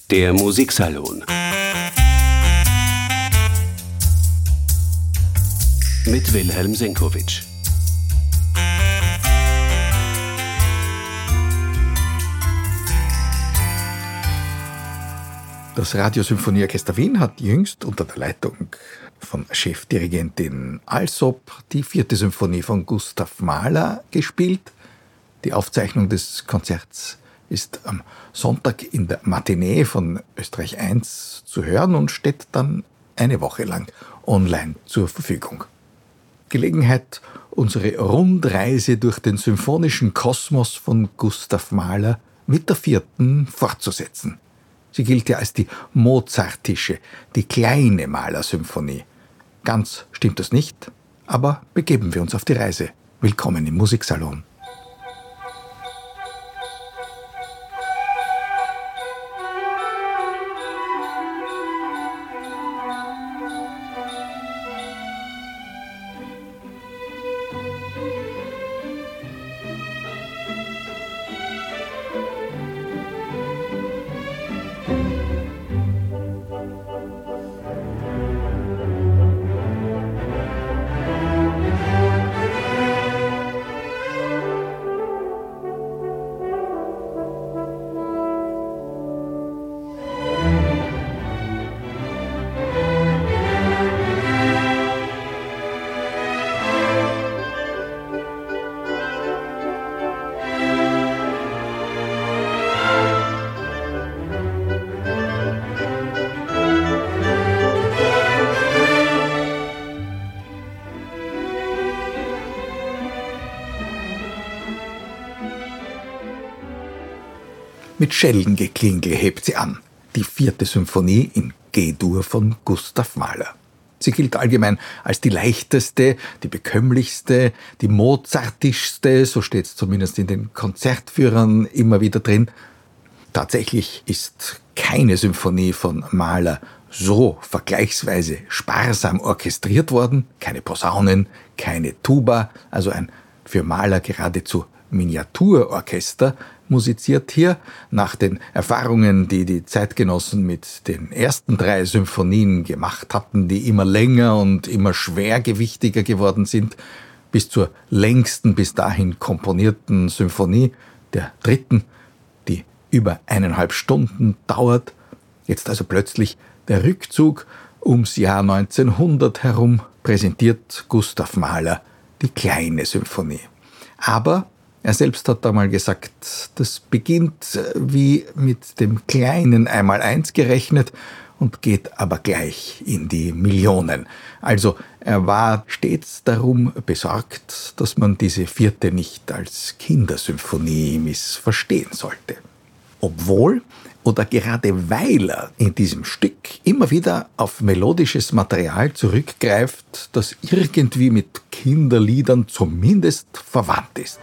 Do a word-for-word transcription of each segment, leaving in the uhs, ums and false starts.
Der Musiksalon mit Wilhelm Senkowitsch. Das Radiosymphonieorchester Wien hat jüngst unter der Leitung von Chefdirigentin Alsop die vierte Symphonie von Gustav Mahler gespielt. Die Aufzeichnung des Konzerts ist am Sonntag in der Matinee von Österreich eins zu hören und steht dann eine Woche lang online zur Verfügung. Gelegenheit, unsere Rundreise durch den symphonischen Kosmos von Gustav Mahler mit der vierten fortzusetzen. Sie gilt ja als die mozartische, die kleine Mahler-Symphonie. Ganz stimmt das nicht, aber begeben wir uns auf die Reise. Willkommen im Musiksalon. Mit Schellengeklingel hebt sie an, die vierte Symphonie in G-Dur von Gustav Mahler. Sie gilt allgemein als die leichteste, die bekömmlichste, die mozartischste, so steht es zumindest in den Konzertführern immer wieder drin. Tatsächlich ist keine Symphonie von Mahler so vergleichsweise sparsam orchestriert worden, keine Posaunen, keine Tuba, also ein für Mahler geradezu Miniaturorchester musiziert hier. Nach den Erfahrungen, die die Zeitgenossen mit den ersten drei Symphonien gemacht hatten, die immer länger und immer schwergewichtiger geworden sind, bis zur längsten bis dahin komponierten Symphonie, der dritten, die über eineinhalb Stunden dauert. Jetzt also plötzlich der Rückzug ums Jahr neunzehnhundert herum, präsentiert Gustav Mahler die kleine Symphonie. Aber er selbst hat da mal gesagt, das beginnt wie mit dem kleinen Einmaleins gerechnet und geht aber gleich in die Millionen. Also er war stets darum besorgt, dass man diese vierte nicht als Kindersymphonie missverstehen sollte. Obwohl oder gerade weil er in diesem Stück immer wieder auf melodisches Material zurückgreift, das irgendwie mit Kinderliedern zumindest verwandt ist.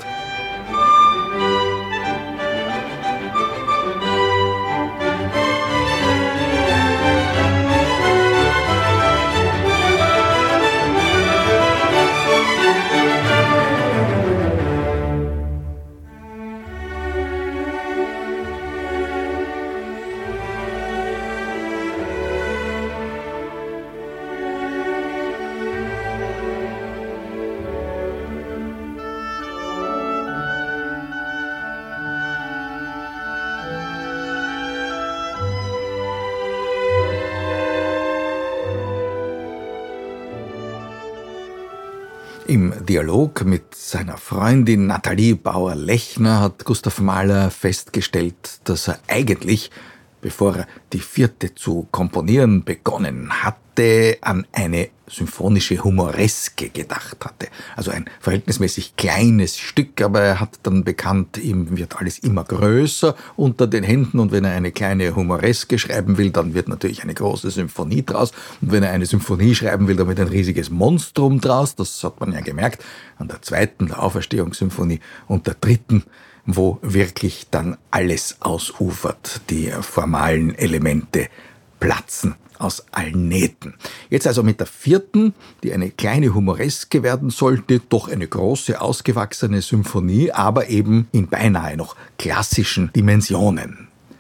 Im Dialog mit seiner Freundin Nathalie Bauer-Lechner hat Gustav Mahler festgestellt, dass er eigentlich, bevor er die vierte zu komponieren begonnen hatte, an eine symphonische Humoreske gedacht hatte. Also ein verhältnismäßig kleines Stück, aber er hat dann bekannt, ihm wird alles immer größer unter den Händen und wenn er eine kleine Humoreske schreiben will, dann wird natürlich eine große Symphonie draus und wenn er eine Symphonie schreiben will, dann wird ein riesiges Monstrum draus. Das hat man ja gemerkt an der zweiten, der Auferstehungssymphonie und der dritten, wo wirklich dann alles ausufert, die formalen Elemente platzen aus allen Nähten. Jetzt also mit der vierten, die eine kleine Humoreske werden sollte, doch eine große, ausgewachsene Symphonie, aber eben in beinahe noch klassischen Dimensionen.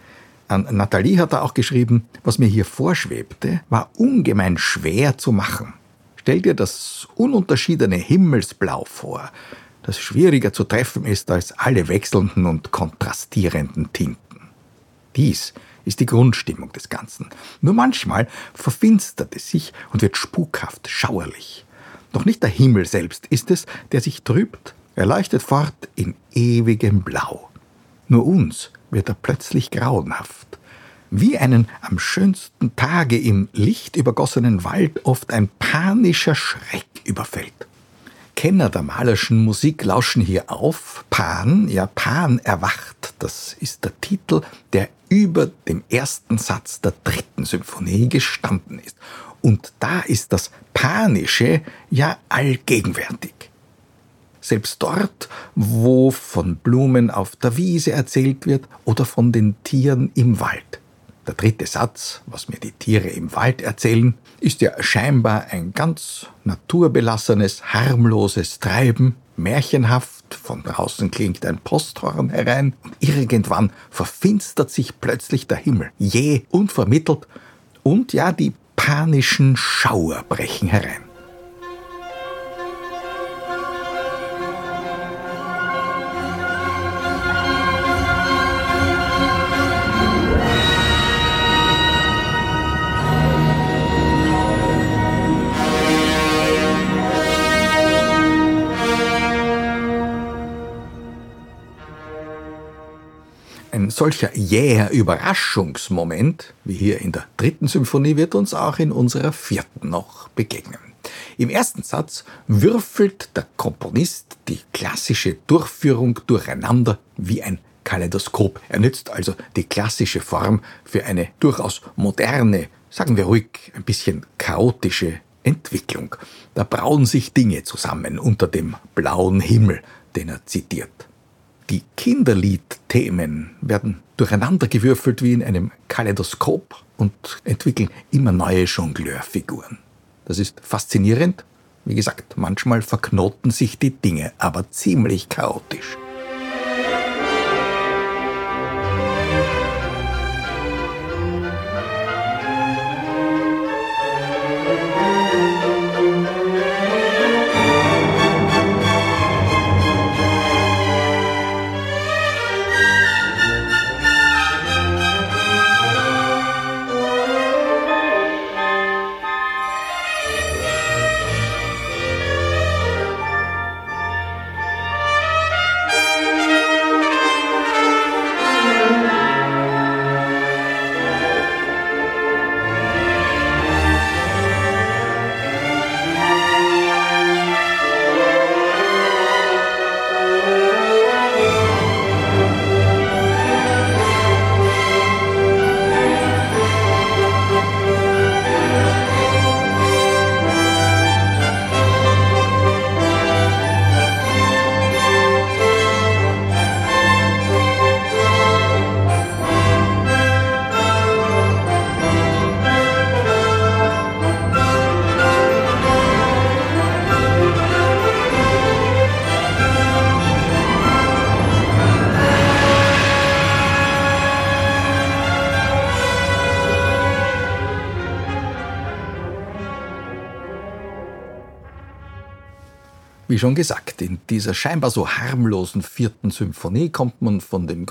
An Nathalie hat er auch geschrieben, was mir hier vorschwebte, war ungemein schwer zu machen. Stell dir das ununterschiedene Himmelsblau vor, das schwieriger zu treffen ist als alle wechselnden und kontrastierenden Tinten. Dies ist die Grundstimmung des Ganzen. Nur manchmal verfinstert es sich und wird spukhaft, schauerlich. Doch nicht der Himmel selbst ist es, der sich trübt. Er leuchtet fort in ewigem Blau. Nur uns wird er plötzlich grauenhaft. Wie einen am schönsten Tage im lichtübergossenen Wald oft ein panischer Schreck überfällt. Kenner der malerschen Musik lauschen hier auf. Pan, ja Pan erwacht, das ist der Titel, der über dem ersten Satz der dritten Symphonie gestanden ist. Und da ist das Panische ja allgegenwärtig. Selbst dort, wo von Blumen auf der Wiese erzählt wird oder von den Tieren im Wald. Der dritte Satz, was mir die Tiere im Wald erzählen, ist ja scheinbar ein ganz naturbelassenes, harmloses Treiben, märchenhaft, von draußen klingt ein Posthorn herein und irgendwann verfinstert sich plötzlich der Himmel, jäh unvermittelt, und ja, die panischen Schauer brechen herein. Ein solcher jäher Überraschungsmoment, wie hier in der dritten Symphonie, wird uns auch in unserer vierten noch begegnen. Im ersten Satz würfelt der Komponist die klassische Durchführung durcheinander wie ein Kaleidoskop. Er nützt also die klassische Form für eine durchaus moderne, sagen wir ruhig, ein bisschen chaotische Entwicklung. Da brauen sich Dinge zusammen unter dem blauen Himmel, den er zitiert. Die Kinderliedthemen werden durcheinandergewürfelt wie in einem Kaleidoskop und entwickeln immer neue Jongleurfiguren. Das ist faszinierend. Wie gesagt, manchmal verknoten sich die Dinge, aber ziemlich chaotisch. Wie schon gesagt, in dieser scheinbar so harmlosen vierten Symphonie kommt man von den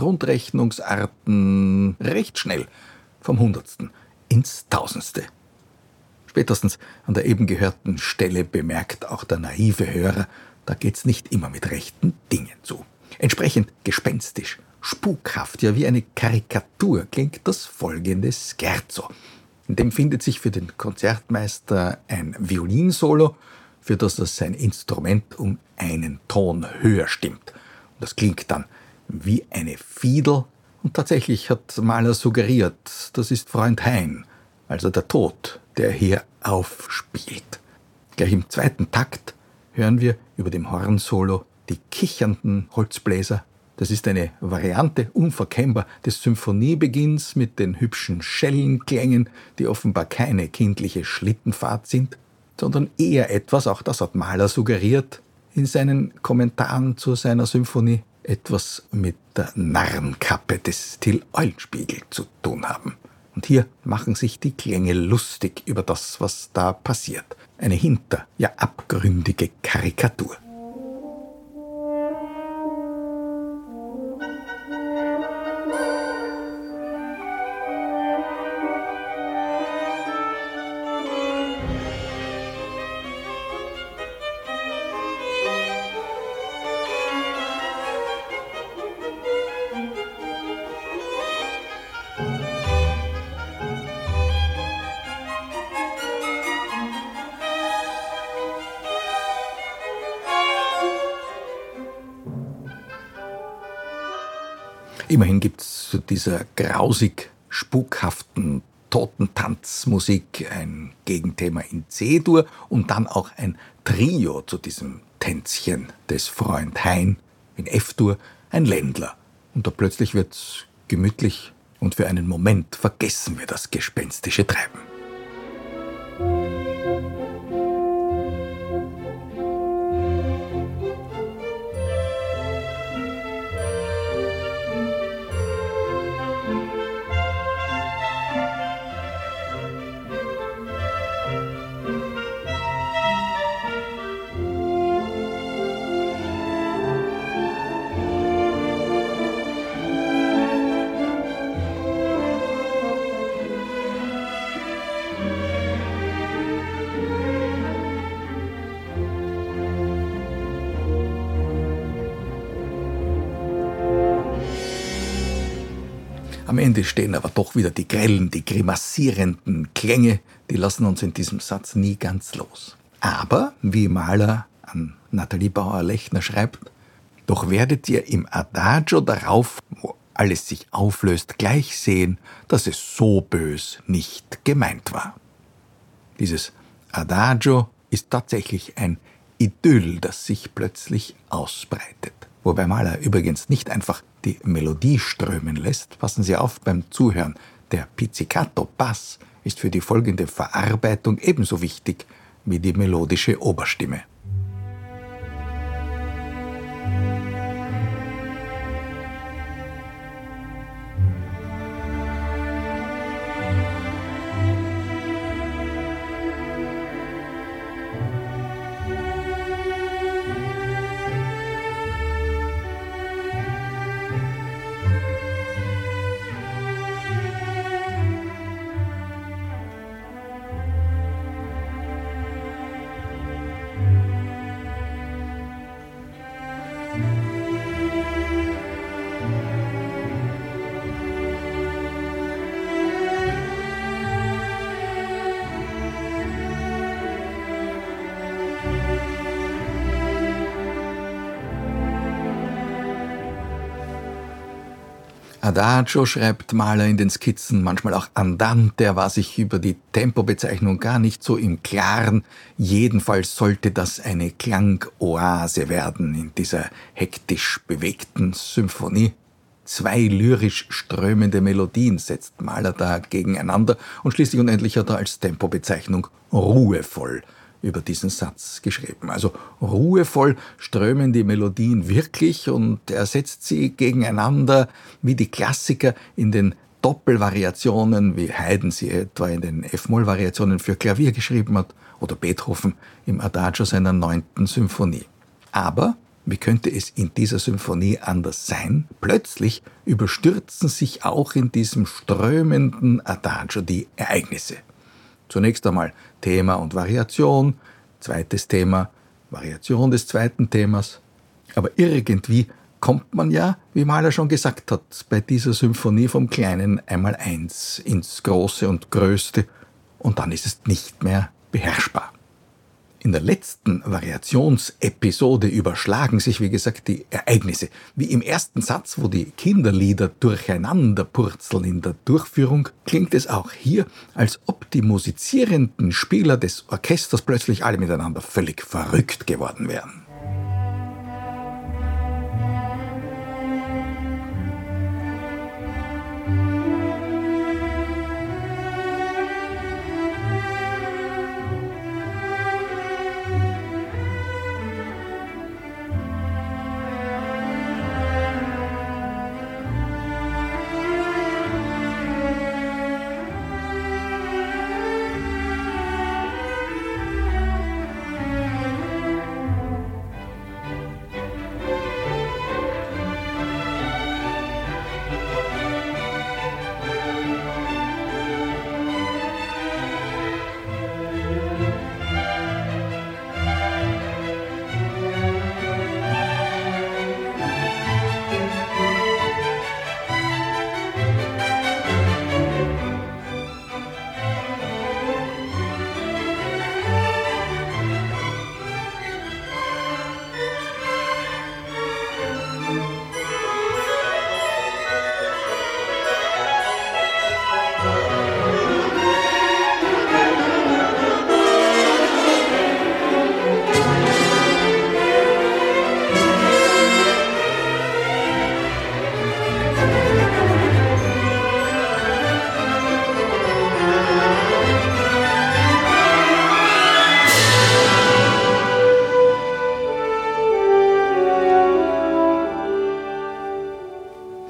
Grundrechnungsarten recht schnell vom Hundertsten ins Tausendste. Spätestens an der eben gehörten Stelle bemerkt auch der naive Hörer, da geht's nicht immer mit rechten Dingen zu. Entsprechend gespenstisch, spukhaft, ja wie eine Karikatur klingt das folgende Scherzo. In dem findet sich für den Konzertmeister ein Violinsolo, für das er sein Instrument um einen Ton höher stimmt. Und das klingt dann wie eine Fiedel. Und tatsächlich hat Mahler suggeriert, das ist Freund Hein, also der Tod, der hier aufspielt. Gleich im zweiten Takt hören wir über dem Hornsolo die kichernden Holzbläser. Das ist eine Variante, unverkennbar, des Symphoniebeginns mit den hübschen Schellenklängen, die offenbar keine kindliche Schlittenfahrt sind, sondern eher etwas, auch das hat Mahler suggeriert, in seinen Kommentaren zu seiner Symphonie, etwas mit der Narrenkappe des Till Eulenspiegel zu tun haben. Und hier machen sich die Klänge lustig über das, was da passiert. Eine hinter, ja abgründige Karikatur. Immerhin gibt es zu dieser grausig spukhaften Totentanzmusik ein Gegenthema in C-Dur und dann auch ein Trio zu diesem Tänzchen des Freund Hein in F-Dur, ein Ländler. Und da plötzlich wird's gemütlich und für einen Moment vergessen wir das gespenstische Treiben. Am Ende stehen aber doch wieder die grellen, die grimassierenden Klänge, die lassen uns in diesem Satz nie ganz los. Aber, wie Mahler an Nathalie Bauer-Lechner schreibt, doch werdet ihr im Adagio darauf, wo alles sich auflöst, gleich sehen, dass es so bös nicht gemeint war. Dieses Adagio ist tatsächlich ein Idyll, das sich plötzlich ausbreitet. Wobei Mahler übrigens nicht einfach die Melodie strömen lässt. Passen Sie auf beim Zuhören. Der Pizzicato-Bass ist für die folgende Verarbeitung ebenso wichtig wie die melodische Oberstimme. Adagio, schreibt Mahler in den Skizzen, manchmal auch Andante, er war sich über die Tempobezeichnung gar nicht so im Klaren. Jedenfalls sollte das eine Klangoase werden in dieser hektisch bewegten Symphonie. Zwei lyrisch strömende Melodien setzt Mahler da gegeneinander und schließlich und endlich hat er als Tempobezeichnung ruhevoll über diesen Satz geschrieben. Also ruhevoll strömen die Melodien wirklich und er setzt sie gegeneinander wie die Klassiker in den Doppelvariationen, wie Haydn sie etwa in den F-Moll-Variationen für Klavier geschrieben hat oder Beethoven im Adagio seiner neunten Symphonie. Aber wie könnte es in dieser Symphonie anders sein? Plötzlich überstürzen sich auch in diesem strömenden Adagio die Ereignisse. Zunächst einmal Thema und Variation, zweites Thema, Variation des zweiten Themas. Aber irgendwie kommt man ja, wie Mahler schon gesagt hat, bei dieser Symphonie vom Kleinen einmal eins ins Große und Größte und dann ist es nicht mehr beherrschbar. In der letzten Variationsepisode überschlagen sich, wie gesagt, die Ereignisse. Wie im ersten Satz, wo die Kinderlieder durcheinander purzeln in der Durchführung, klingt es auch hier, als ob die musizierenden Spieler des Orchesters plötzlich alle miteinander völlig verrückt geworden wären.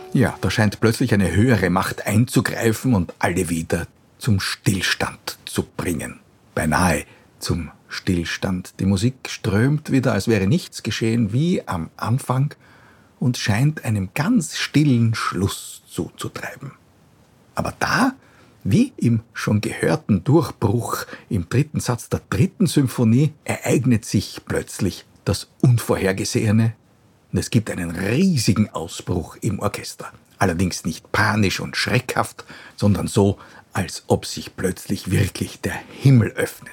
Ja, da scheint plötzlich eine höhere Macht einzugreifen und alle wieder zum Stillstand zu bringen. Beinahe zum Stillstand. Die Musik strömt wieder, als wäre nichts geschehen, wie am Anfang, und scheint einem ganz stillen Schluss zuzutreiben. Aber da, wie im schon gehörten Durchbruch im dritten Satz der dritten Symphonie, ereignet sich plötzlich das Unvorhergesehene und es gibt einen riesigen Ausbruch im Orchester. Allerdings nicht panisch und schreckhaft, sondern so, als ob sich plötzlich wirklich der Himmel öffnet.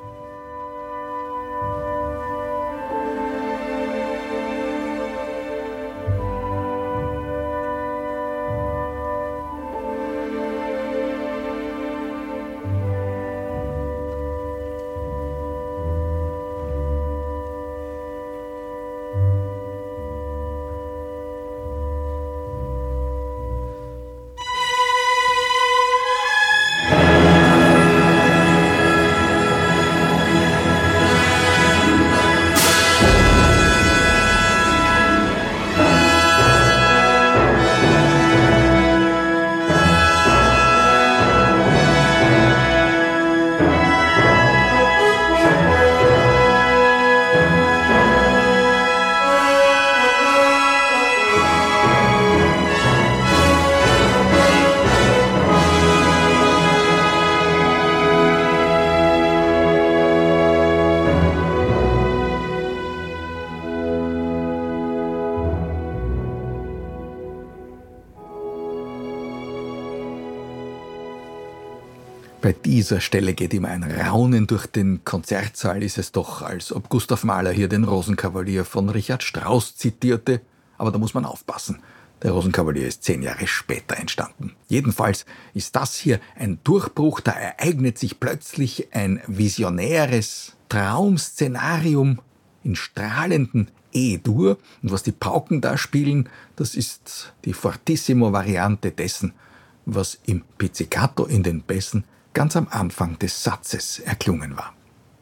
Bei dieser Stelle geht ihm ein Raunen durch den Konzertsaal, ist es doch, als ob Gustav Mahler hier den Rosenkavalier von Richard Strauss zitierte. Aber da muss man aufpassen. Der Rosenkavalier ist zehn Jahre später entstanden. Jedenfalls ist das hier ein Durchbruch, da ereignet sich plötzlich ein visionäres Traumszenarium in strahlenden E-Dur. Und was die Pauken da spielen, das ist die Fortissimo-Variante dessen, was im Pizzicato in den Bässen ganz am Anfang des Satzes erklungen war.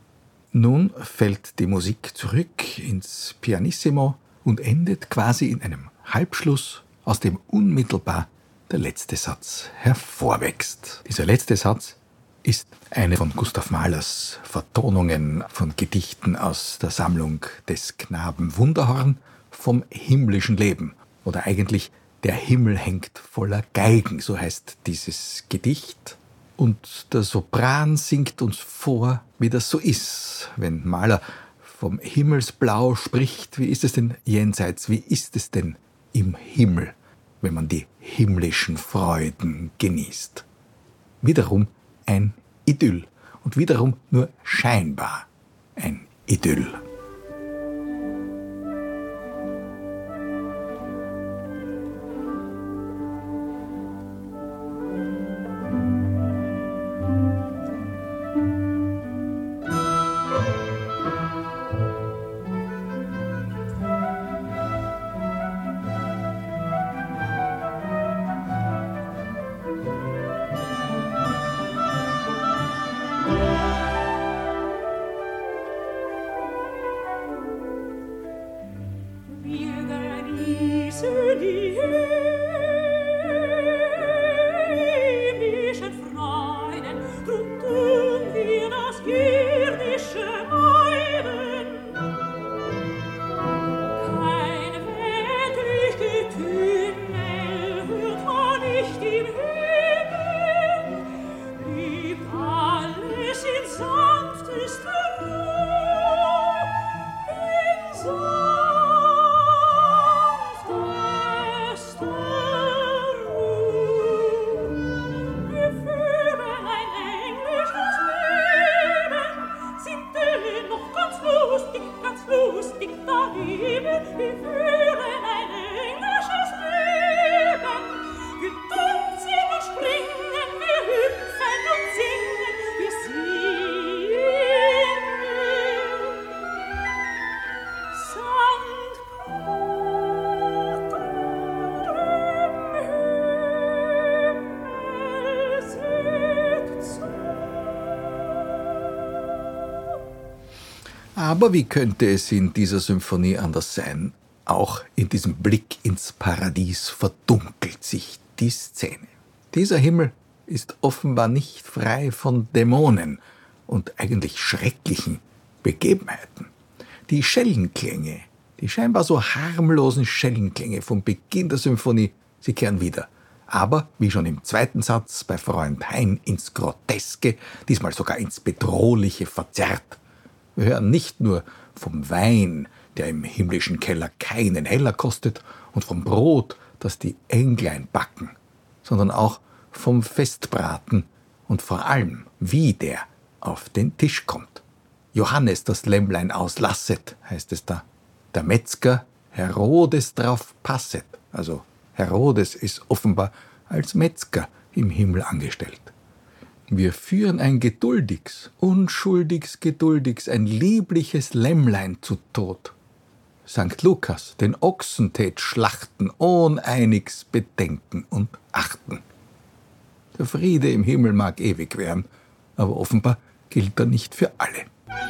Nun fällt die Musik zurück ins Pianissimo und endet quasi in einem Halbschluss, aus dem unmittelbar der letzte Satz hervorwächst. Dieser letzte Satz ist eine von Gustav Mahlers Vertonungen von Gedichten aus der Sammlung des Knaben Wunderhorn vom himmlischen Leben. Oder eigentlich Der Himmel hängt voller Geigen, so heißt dieses Gedicht. Und der Sopran singt uns vor, wie das so ist, wenn Mahler vom Himmelsblau spricht. Wie ist es denn jenseits? Wie ist es denn im Himmel, wenn man die himmlischen Freuden genießt? Wiederum ein Idyll und wiederum nur scheinbar ein Idyll. Aber wie könnte es in dieser Symphonie anders sein? auch in diesem Blick ins Paradies verdunkelt sich die Szene. Dieser Himmel ist offenbar nicht frei von Dämonen und eigentlich schrecklichen Begebenheiten. Die Schellenklänge, die scheinbar so harmlosen Schellenklänge vom Beginn der Symphonie, sie kehren wieder. Aber, wie schon im zweiten Satz, bei Freund Hein ins Groteske, diesmal sogar ins Bedrohliche verzerrt. Wir hören nicht nur vom Wein, der im himmlischen Keller keinen Heller kostet, und vom Brot, das die Englein backen, sondern auch vom Festbraten und vor allem, wie der auf den Tisch kommt. Johannes das Lämmlein auslasset, heißt es da. Der Metzger Herodes drauf passet. Also Herodes ist offenbar als Metzger im Himmel angestellt. Wir führen ein geduldigs, unschuldigs geduldigs, ein liebliches Lämmlein zu Tod. Sankt Lukas den Ochsen tät schlachten, ohn einigs Bedenken und Achten. Der Friede im Himmel mag ewig währen, aber offenbar gilt er nicht für alle.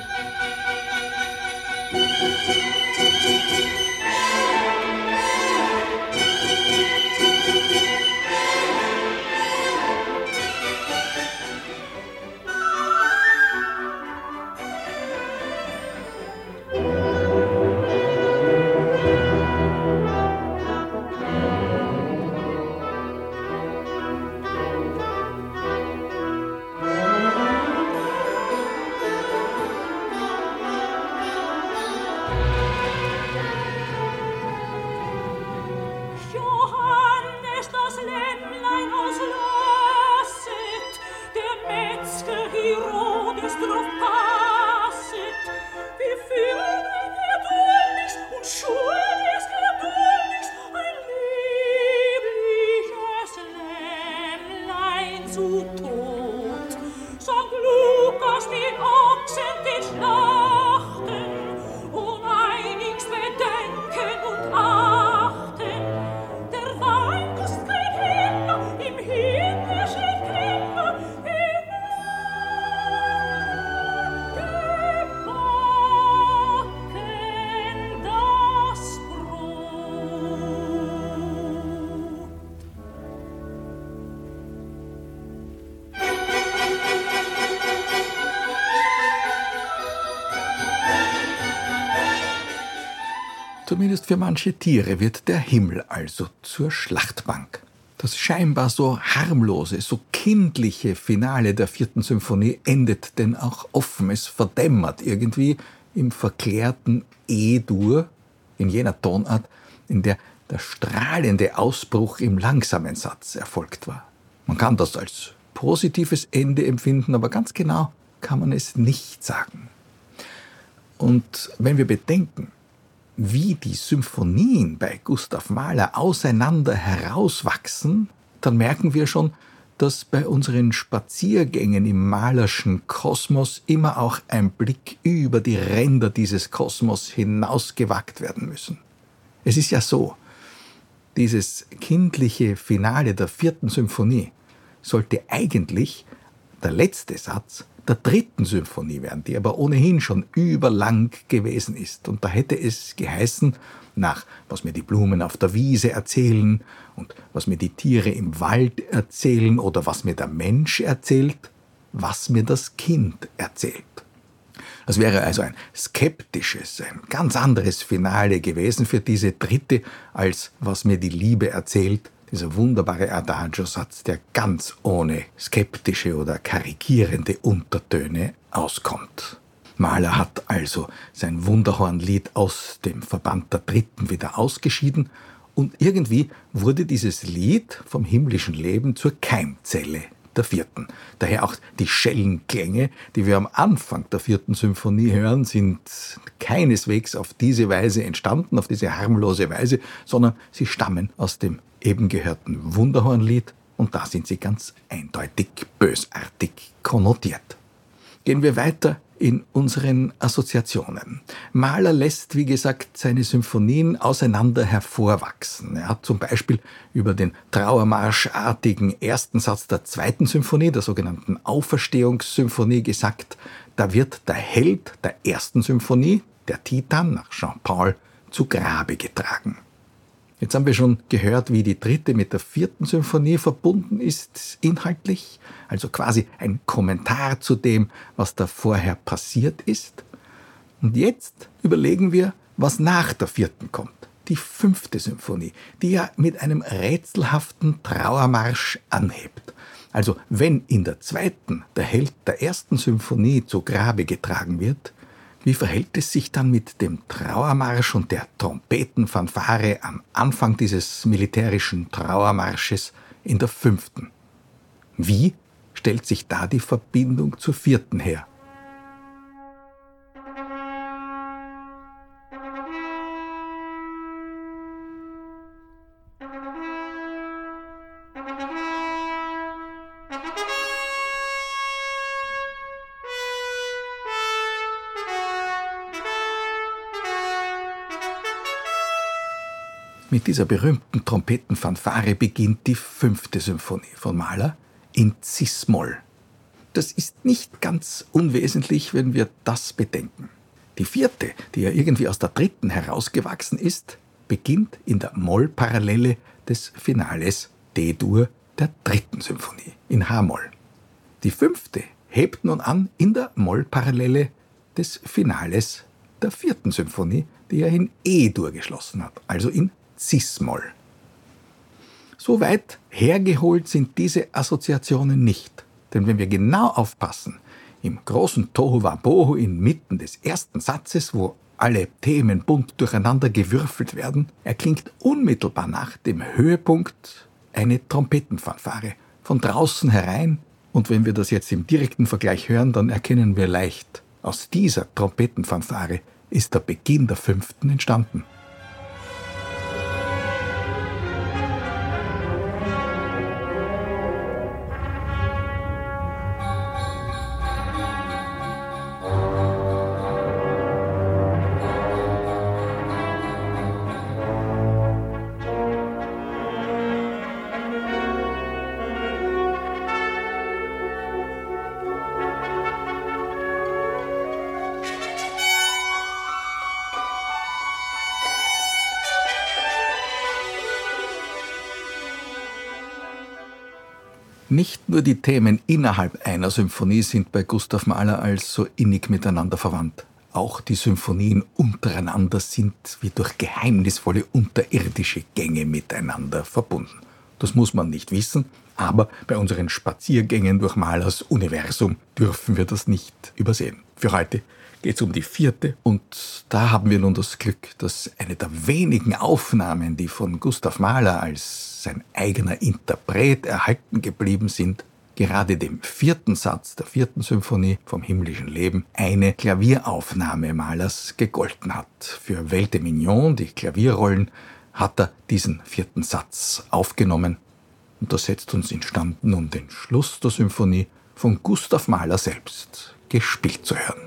Zumindest für manche Tiere wird der Himmel also zur Schlachtbank. Das scheinbar so harmlose, so kindliche Finale der vierten Symphonie endet denn auch offen. Es verdämmert irgendwie im verklärten E-Dur, in jener Tonart, in der der strahlende Ausbruch im langsamen Satz erfolgt war. Man kann das als positives Ende empfinden, aber ganz genau kann man es nicht sagen. Und wenn wir bedenken, wie die Symphonien bei Gustav Mahler auseinander herauswachsen, dann merken wir schon, dass bei unseren Spaziergängen im malerschen Kosmos immer auch ein Blick über die Ränder dieses Kosmos hinausgewagt werden müssen. Es ist ja so, dieses kindliche Finale der vierten Symphonie sollte eigentlich der letzte Satz der dritten Symphonie werden, die aber ohnehin schon überlang gewesen ist. Und da hätte es geheißen, nach was mir die Blumen auf der Wiese erzählen und was mir die Tiere im Wald erzählen oder was mir der Mensch erzählt, was mir das Kind erzählt. Das wäre also ein skeptisches, ein ganz anderes Finale gewesen für diese dritte, als was mir die Liebe erzählt, dieser wunderbare Adagio-Satz, der ganz ohne skeptische oder karikierende Untertöne auskommt. Mahler hat also sein Wunderhornlied aus dem Verband der Dritten wieder ausgeschieden und irgendwie wurde dieses Lied vom himmlischen Leben zur Keimzelle der Vierten. Daher auch die Schellenklänge, die wir am Anfang der vierten Symphonie hören, sind keineswegs auf diese Weise entstanden, auf diese harmlose Weise, sondern sie stammen aus dem eben gehörten Wunderhornlied und da sind sie ganz eindeutig bösartig konnotiert. Gehen wir weiter in unseren Assoziationen. Mahler lässt, wie gesagt, seine Symphonien auseinander hervorwachsen. Er hat zum Beispiel über den trauermarschartigen ersten Satz der zweiten Symphonie, der sogenannten Auferstehungssymphonie, gesagt, da wird der Held der ersten Symphonie, der Titan nach Jean Paul, zu Grabe getragen. Jetzt haben wir schon gehört, wie die dritte mit der vierten Symphonie verbunden ist inhaltlich, also quasi ein Kommentar zu dem, was da vorher passiert ist. Und jetzt überlegen wir, was nach der vierten kommt. Die fünfte Symphonie, die ja mit einem rätselhaften Trauermarsch anhebt. Also wenn in der zweiten der Held der ersten Symphonie zu Grabe getragen wird, wie verhält es sich dann mit dem Trauermarsch und der Trompetenfanfare am Anfang dieses militärischen Trauermarsches in der fünften? Wie stellt sich da die Verbindung zur vierten her? Mit dieser berühmten Trompetenfanfare beginnt die fünfte Symphonie von Mahler in Cis-Moll. Das ist nicht ganz unwesentlich, wenn wir das bedenken. Die vierte, die ja irgendwie aus der dritten herausgewachsen ist, beginnt in der Moll-Parallele des Finales D-Dur der dritten Symphonie in H-Moll. Die fünfte hebt nun an in der Moll-Parallele des Finales der vierten Symphonie, die er in E-Dur geschlossen hat, also in Cis-Moll. So weit hergeholt sind diese Assoziationen nicht. Denn wenn wir genau aufpassen, im großen Tohuwabohu inmitten des ersten Satzes, wo alle Themen bunt durcheinander gewürfelt werden, erklingt unmittelbar nach dem Höhepunkt eine Trompetenfanfare von draußen herein. Und wenn wir das jetzt im direkten Vergleich hören, dann erkennen wir leicht, aus dieser Trompetenfanfare ist der Beginn der fünften entstanden. Nicht nur die Themen innerhalb einer Symphonie sind bei Gustav Mahler als so innig miteinander verwandt. Auch die Symphonien untereinander sind wie durch geheimnisvolle unterirdische Gänge miteinander verbunden. Das muss man nicht wissen, aber bei unseren Spaziergängen durch Mahlers Universum dürfen wir das nicht übersehen. Für heute geht es um die vierte und da haben wir nun das Glück, dass eine der wenigen Aufnahmen, die von Gustav Mahler als sein eigener Interpret erhalten geblieben sind, gerade dem vierten Satz der vierten Symphonie vom himmlischen Leben eine Klavieraufnahme Mahlers gegolten hat. Für Welt Mignon, die Klavierrollen, hat er diesen vierten Satz aufgenommen und das setzt uns instand, nun den Schluss der Symphonie von Gustav Mahler selbst gespielt zu hören.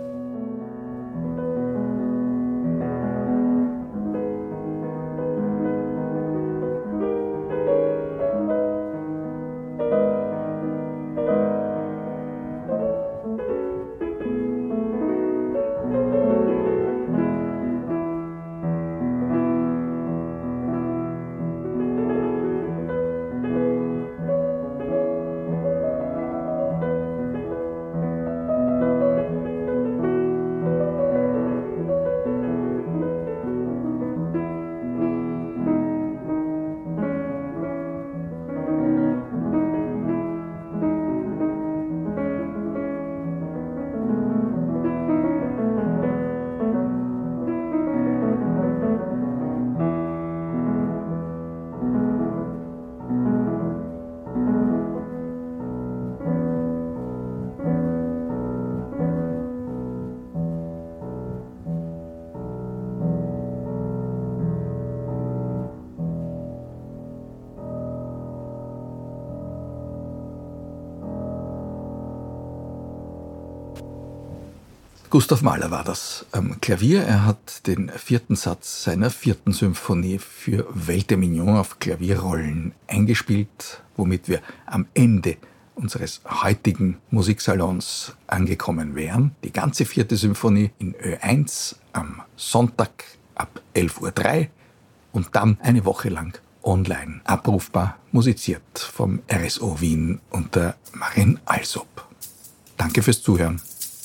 Gustav Mahler war das am Klavier. Er hat den vierten Satz seiner vierten Symphonie für Welt Mignon auf Klavierrollen eingespielt, womit wir am Ende unseres heutigen Musiksalons angekommen wären. Die ganze vierte Symphonie in Ö eins am Sonntag ab elf Uhr drei und dann eine Woche lang online abrufbar, musiziert vom R S O Wien unter Marin Alsop. Danke fürs Zuhören.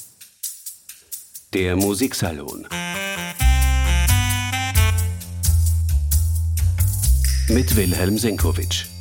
Der Musiksalon mit Wilhelm Senkowitsch.